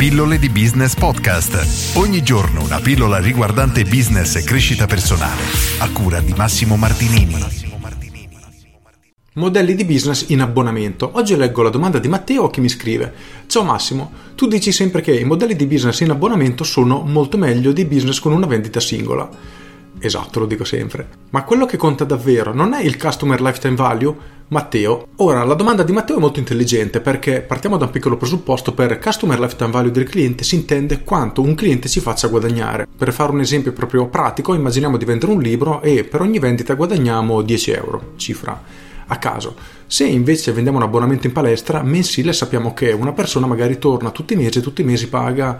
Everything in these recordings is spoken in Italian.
Pillole di Business Podcast. Ogni giorno una pillola riguardante business e crescita personale. A cura di Massimo Martinini. Modelli di business in abbonamento. Oggi leggo la domanda di Matteo che mi scrive: ciao Massimo, tu dici sempre che i modelli di business in abbonamento sono molto meglio di business con una vendita singola. Esatto, lo dico sempre. Ma quello che conta davvero non è il customer lifetime value? Matteo. Ora, la domanda di Matteo è molto intelligente perché partiamo da un piccolo presupposto. Per customer lifetime value del cliente si intende quanto un cliente ci faccia guadagnare. Per fare un esempio proprio pratico, immaginiamo di vendere un libro e per ogni vendita guadagniamo 10 euro, cifra a caso. Se invece vendiamo un abbonamento in palestra mensile, sappiamo che una persona magari torna tutti i mesi paga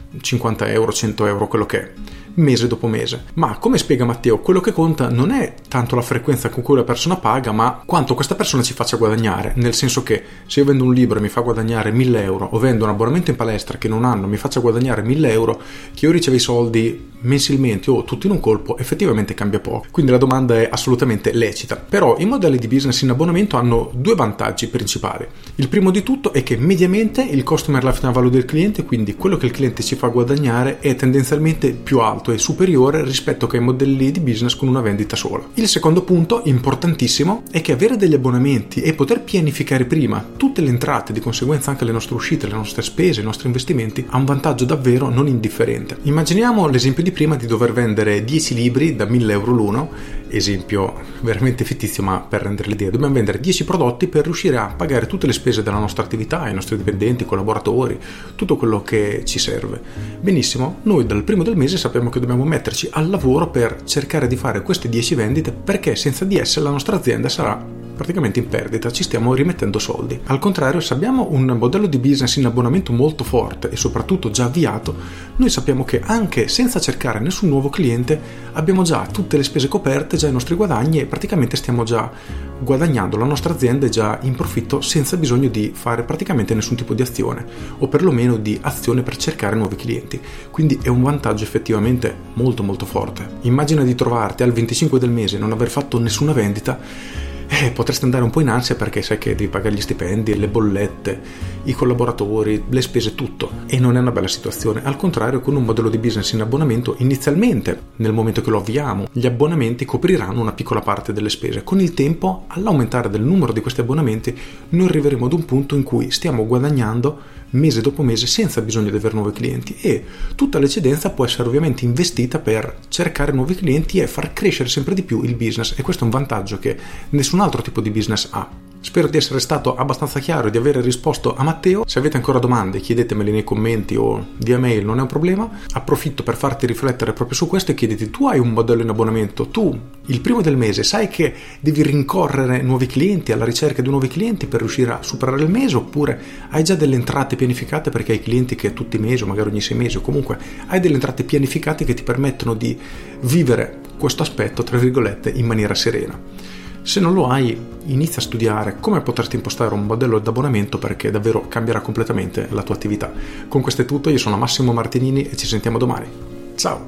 50 euro, 100 euro, quello che è, mese dopo mese. Ma come spiega Matteo, quello che conta non è tanto la frequenza con cui la persona paga, ma quanto questa persona ci faccia guadagnare. Nel senso che se io vendo un libro e mi fa guadagnare 1000 euro o vendo un abbonamento in palestra che in un anno mi faccia guadagnare 1000 euro, che io riceva i soldi mensilmente o tutti in un colpo, effettivamente cambia poco. Quindi la domanda è assolutamente lecita. Però i modelli di business in abbonamento hanno due vantaggi principali. Il primo di tutto è che mediamente il customer lifetime value del cliente, quindi quello che il cliente ci fa guadagnare, è tendenzialmente più alto e superiore rispetto che ai modelli di business con una vendita sola. Il secondo punto, importantissimo, è che avere degli abbonamenti e poter pianificare prima tutte le entrate, di conseguenza anche le nostre uscite, le nostre spese, i nostri investimenti, ha un vantaggio davvero non indifferente. Immaginiamo l'esempio di prima di dover vendere 10 libri da 1000 euro l'uno, esempio veramente fittizio ma per rendere l'idea, dobbiamo vendere 10 prodotti per riuscire a pagare tutte le spese della nostra attività, i nostri dipendenti, i collaboratori, tutto quello che ci serve. Benissimo, noi dal primo del mese sappiamo che dobbiamo metterci al lavoro per cercare di fare queste 10 vendite, perché senza di esse la nostra azienda sarà praticamente in perdita, ci stiamo rimettendo soldi. Al contrario, se abbiamo un modello di business in abbonamento molto forte e soprattutto già avviato, noi sappiamo che anche senza cercare nessun nuovo cliente abbiamo già tutte le spese coperte, già i nostri guadagni, e praticamente stiamo già guadagnando, la nostra azienda è già in profitto senza bisogno di fare praticamente nessun tipo di azione, o perlomeno di azione per cercare nuovi clienti. Quindi è un vantaggio effettivamente molto molto forte. Immagina di trovarti al 25 del mese e non aver fatto nessuna vendita. Potresti andare un po' in ansia perché sai che devi pagare gli stipendi, le bollette, i collaboratori, le spese, tutto, e non è una bella situazione. Al contrario, con un modello di business in abbonamento, inizialmente, nel momento che lo avviamo, gli abbonamenti copriranno una piccola parte delle spese. Con il tempo, all'aumentare del numero di questi abbonamenti, noi arriveremo ad un punto in cui stiamo guadagnando mese dopo mese senza bisogno di avere nuovi clienti, e tutta l'eccedenza può essere ovviamente investita per cercare nuovi clienti e far crescere sempre di più il business, e questo è un vantaggio che nessun altro tipo di business ha. Spero di essere stato abbastanza chiaro e di aver risposto a Matteo. Se avete ancora domande chiedetemele nei commenti o via mail, non è un problema. Approfitto per farti riflettere proprio su questo e chiediti: tu hai un modello in abbonamento, tu il primo del mese sai che devi rincorrere nuovi clienti, alla ricerca di nuovi clienti per riuscire a superare il mese, oppure hai già delle entrate pianificate perché hai clienti che tutti i mesi o magari ogni 6 mesi, o comunque hai delle entrate pianificate che ti permettono di vivere questo aspetto, tra virgolette, in maniera serena. Se non lo hai, inizia a studiare come poterti impostare un modello di abbonamento, perché davvero cambierà completamente la tua attività. Con questo è tutto, io sono Massimo Martinini e ci sentiamo domani. Ciao!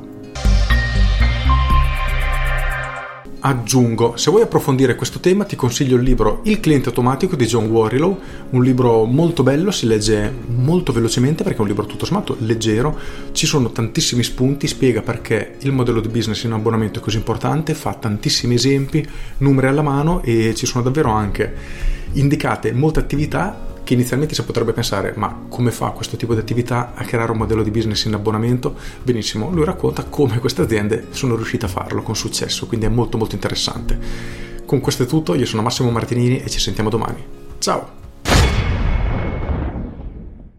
Aggiungo, se vuoi approfondire questo tema ti consiglio il libro Il cliente automatico di John Warrilow, un libro molto bello, si legge molto velocemente perché è un libro tutto sommato leggero, ci sono tantissimi spunti, spiega perché il modello di business in abbonamento è così importante, fa tantissimi esempi, numeri alla mano, e ci sono davvero anche indicate molte attività che inizialmente si potrebbe pensare: ma come fa questo tipo di attività a creare un modello di business in abbonamento? Benissimo, lui racconta come queste aziende sono riuscite a farlo con successo, quindi è molto molto interessante. Con questo è tutto, io sono Massimo Martinini e ci sentiamo domani. Ciao!